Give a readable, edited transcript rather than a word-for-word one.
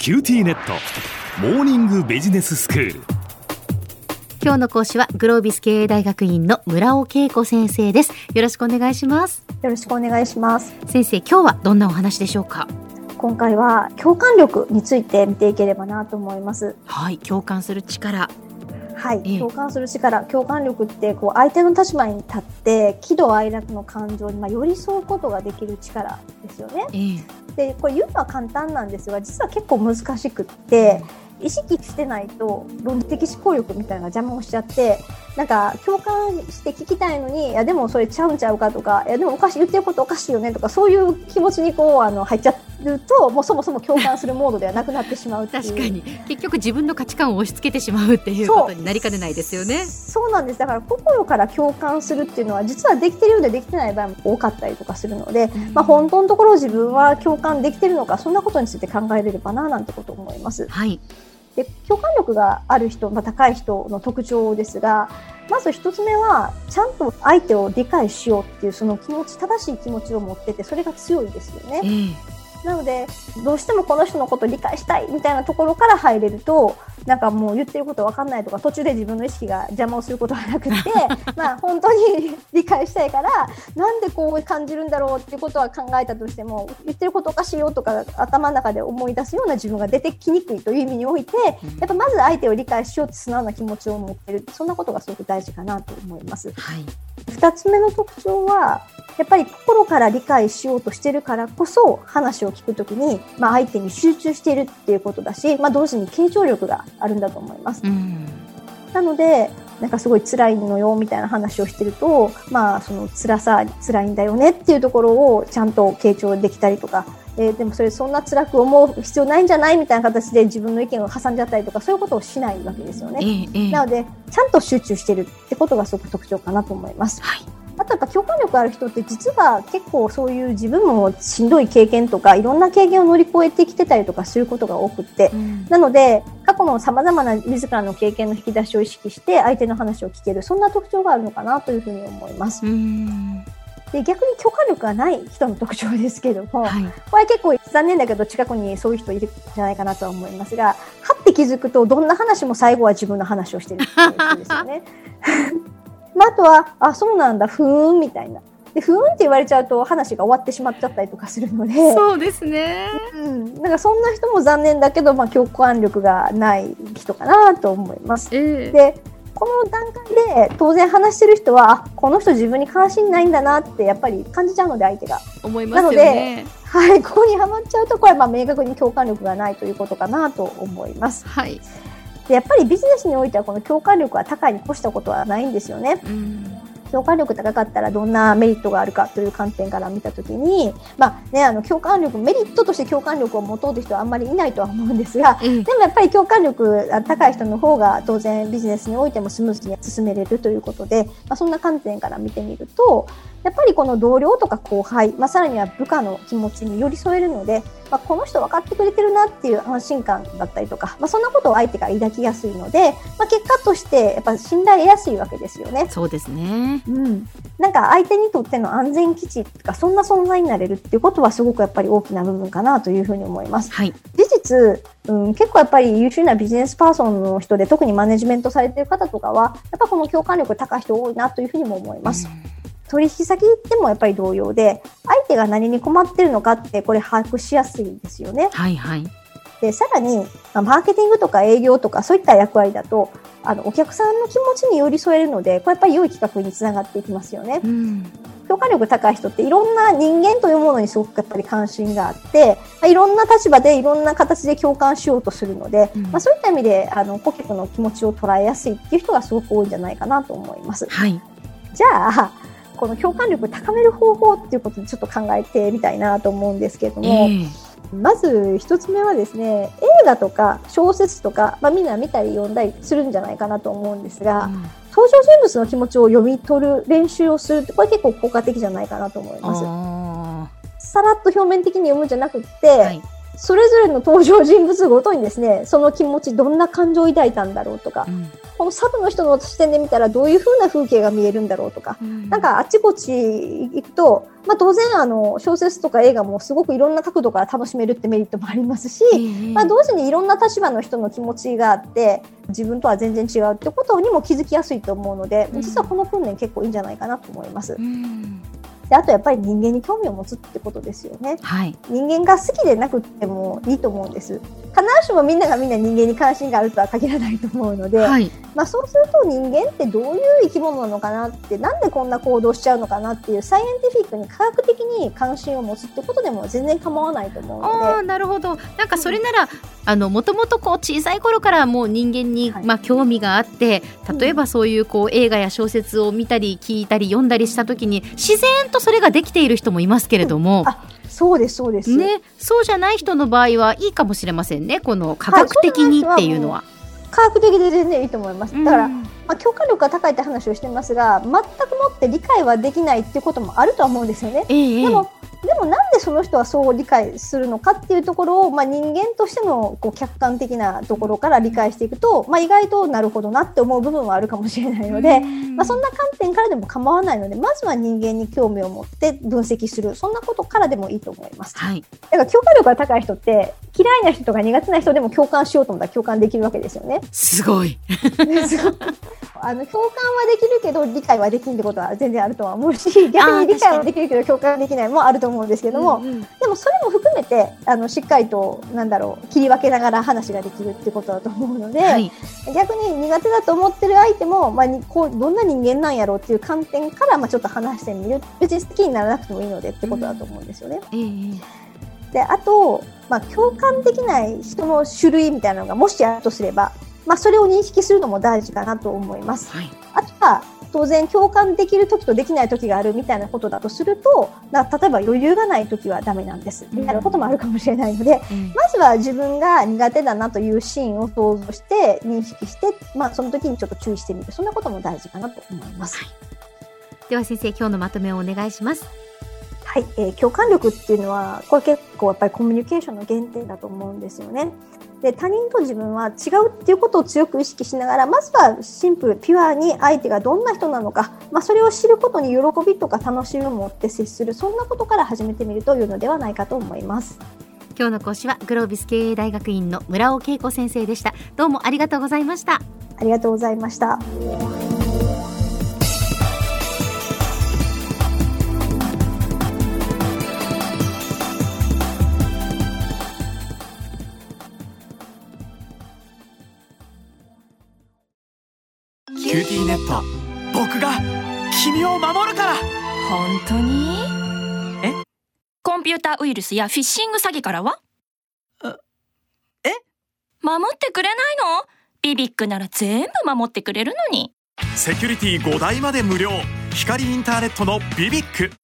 キューティーネットモーニングビジネススクール。 今日の講師はグロービス経営大学院の村尾恵子先生です。よろしくお願いします。 よろしくお願いします。 先生、今日はどんなお話でしょうか？ 今回は共感力について見ていければなと思います。 はい、共感する力。 はい、共感する力、共感力って相手の立場に立って喜怒哀楽の感情に寄り添うことができる力ですよね。でこれ言うのは簡単なんですが、実は結構難しくって、意識してないと論理的思考力みたいなのが邪魔をしちゃって、なんか共感して聞きたいのに、いやでもそれちゃうんちゃうかとか、いやでもおかしい、言ってることおかしいよねとか、そういう気持ちに入っちゃうと、もうそもそも共感するモードではなくなってしまうっていう。 確かに結局自分の価値観を押し付けてしまうっていうことになりかねないですよね。 そうなんです。だから心から共感するっていうのは実はできてるようでできてない場合も多かったりとかするので、本当のところ自分は共感できてるのか、そんなことについて考えれればななんてことを思います。 はい。 で共感力がある人、高い人の特徴ですが、まず一つ目はちゃんと相手を理解しようっていうその気持ち、正しい気持ちを持ってて、それが強いですよね。なのでどうしてもこの人のことを理解したいみたいなところから入れると、なんかもう言ってること分かんないとか、途中で自分の意識が邪魔をすることはなくて本当に理解したいから、なんでこう感じるんだろうっていうことは考えたとしても、言ってることおかしいよとか頭の中で思い出すような自分が出てきにくいという意味において、やっぱまず相手を理解しようって素直な気持ちを持ってる、そんなことがすごく大事かなと思います。2つ目の特徴は、やっぱり心から理解しようとしてるからこそ話を聞くときに、相手に集中しているっていうことだし、同時に傾聴力があるんだと思います。なのでなんかすごい辛いのよみたいな話をしてると、その辛いんだよねっていうところをちゃんと傾聴できたりとか、でもそんな辛く思う必要ないんじゃないみたいな形で自分の意見を挟んじゃったりとか、そういうことをしないわけですよね。なのでちゃんと集中してるってことがすごく特徴かなと思います。あとやっぱ共感力ある人って実は結構そういう自分もしんどい経験とかいろんな経験を乗り越えてきてたりとかすることが多くって、なので過去の様々な自らの経験の引き出しを意識して相手の話を聞ける、そんな特徴があるのかなというふうに思います。で逆に共感力がない人の特徴ですけども、これ結構残念だけど近くにそういう人いるんじゃないかなとは思いますが、はって気づくとどんな話も最後は自分の話をしてるっていう人ですよね。あとはそうなんだ、ふーんみたいな。でふーんって言われちゃうと話が終わってしまっちゃったりとかするので、 そうですね。 なんかそんな人も残念だけど、共感力がない人かなと思います。でこの段階で当然話してる人は、この人自分に関心ないんだなってやっぱり感じちゃうので、相手が思いますよね。 なので、ここにはまっちゃうと、これは明確に共感力がないということかなと思います。でやっぱりビジネスにおいてはこの共感力は高いに越したことはないんですよね。共感力高かったらどんなメリットがあるかという観点から見たときに、共感力、メリットとして共感力を持とうという人はあんまりいないとは思うんですが、でもやっぱり共感力高い人の方が当然ビジネスにおいてもスムーズに進めれるということで、そんな観点から見てみると、やっぱりこの同僚とか後輩、さらには部下の気持ちに寄り添えるので、この人分かってくれてるなっていう安心感だったりとか、そんなことを相手が抱きやすいので、結果としてやっぱ信頼得やすいわけですよね。 そうですね。 なんか相手にとっての安全基地とか、そんな存在になれるっていうことはすごくやっぱり大きな部分かなというふうに思います。事実、結構やっぱり優秀なビジネスパーソンの人で、特にマネジメントされている方とかは、やっぱこの共感力高い人多いなというふうにも思います。取引先でもやっぱり同様で、相手が何に困ってるのかってこれ把握しやすいんですよね。でさらに、マーケティングとか営業とかそういった役割だと、お客さんの気持ちに寄り添えるので、これやっぱり良い企画につながっていきますよね。共感力高い人っていろんな人間というものにすごくやっぱり関心があって、いろんな立場でいろんな形で共感しようとするので、そういった意味で顧客の気持ちを捉えやすいっていう人がすごく多いんじゃないかなと思います。じゃあこの共感力を高める方法っていうことでちょっと考えてみたいなと思うんですけれども、まず一つ目はですね、映画とか小説とか、みんな見たり読んだりするんじゃないかなと思うんですが、登場人物の気持ちを読み取る練習をするって、これ結構効果的じゃないかなと思います。さらっと表面的に読むんじゃなくって、 それぞれの登場人物ごとにですね、その気持ち、どんな感情を抱いたんだろうとか、このサブの人の視点で見たらどういう風な風景が見えるんだろうとか、なんかあちこち行くと、当然小説とか映画もすごくいろんな角度から楽しめるってメリットもありますし、同時にいろんな立場の人の気持ちがあって自分とは全然違うってことにも気づきやすいと思うので、実はこの訓練結構いいんじゃないかなと思います。であとやっぱり人間に興味を持つってことですよね、はい、人間が好きでなくてもいいと思うんです。必ずしもみんながみんな人間に関心があるとは限らないと思うので、はい、そうすると人間ってどういう生き物なのかなって、なんでこんな行動しちゃうのかなっていうサイエンティフィックに科学的に関心を持つってことでも全然構わないと思うので。 なるほど。なんかそれなら、もともと小さい頃からもう人間に、興味があって、例えばそういう映画や小説を見たり聞いたり読んだりした時に自然とそれができている人もいますけれども、 そうですそうです、 ね、そうじゃない人の場合はいいかもしれませんね、この科学的にっていうのは。 科学的で全然いいと思います。だから、共感力が高いって話をしてますが、全くもって理解はできないっていうこともあるとは思うんですよね。でもなんでその人はそう理解するのかっていうところを、人間としての客観的なところから理解していくと、意外となるほどなって思う部分はあるかもしれないので、そんな観点からでも構わないので、まずは人間に興味を持って分析する、そんなことからでもいいと思います。はい、だから共感力が高い人って嫌いな人とか苦手な人でも共感しようと思ったら共感できるわけですよね。 すごい共感はできるけど理解はできんってことは全然あるとは思うし、逆に理解はできるけど共感できないもあると思うんですけども、でもそれも含めてしっかりと切り分けながら話ができるってことだと思うので、逆に苦手だと思ってる相手も、どんな人間なんやろうっていう観点からちょっと話してみる。別に好きにならなくてもいいのでってことだと思うんですよね。であと、共感できない人の種類みたいなのがもしあるとすれば、それを認識するのも大事かなと思います。あとは当然共感できる時とできない時があるみたいなことだとすると、例えば余裕がない時はダメなんですみたいなこともあるかもしれないので、まずは自分が苦手だなというシーンを想像して認識して、その時にちょっと注意してみる、そんなことも大事かなと思います。 では先生、今日のまとめをお願いします。 はい、共感力っていうのはこれ結構やっぱりコミュニケーションの原点だと思うんですよね。で他人と自分は違うっていうことを強く意識しながら、まずはシンプルピュアに相手がどんな人なのか、それを知ることに喜びとか楽しみを持って接する、そんなことから始めてみると良いのではないかと思います。 今日の講師はグロービス経営大学院の村尾恵子先生でした。どうもありがとうございました。 ありがとうございました。 キューティーネット、僕が君を守るから。 本当に？コンピューターウイルスやフィッシング詐欺からは？守ってくれないの？ビビックなら全部守ってくれるのに。 セキュリティ5台まで無料。光インターネットのビビック。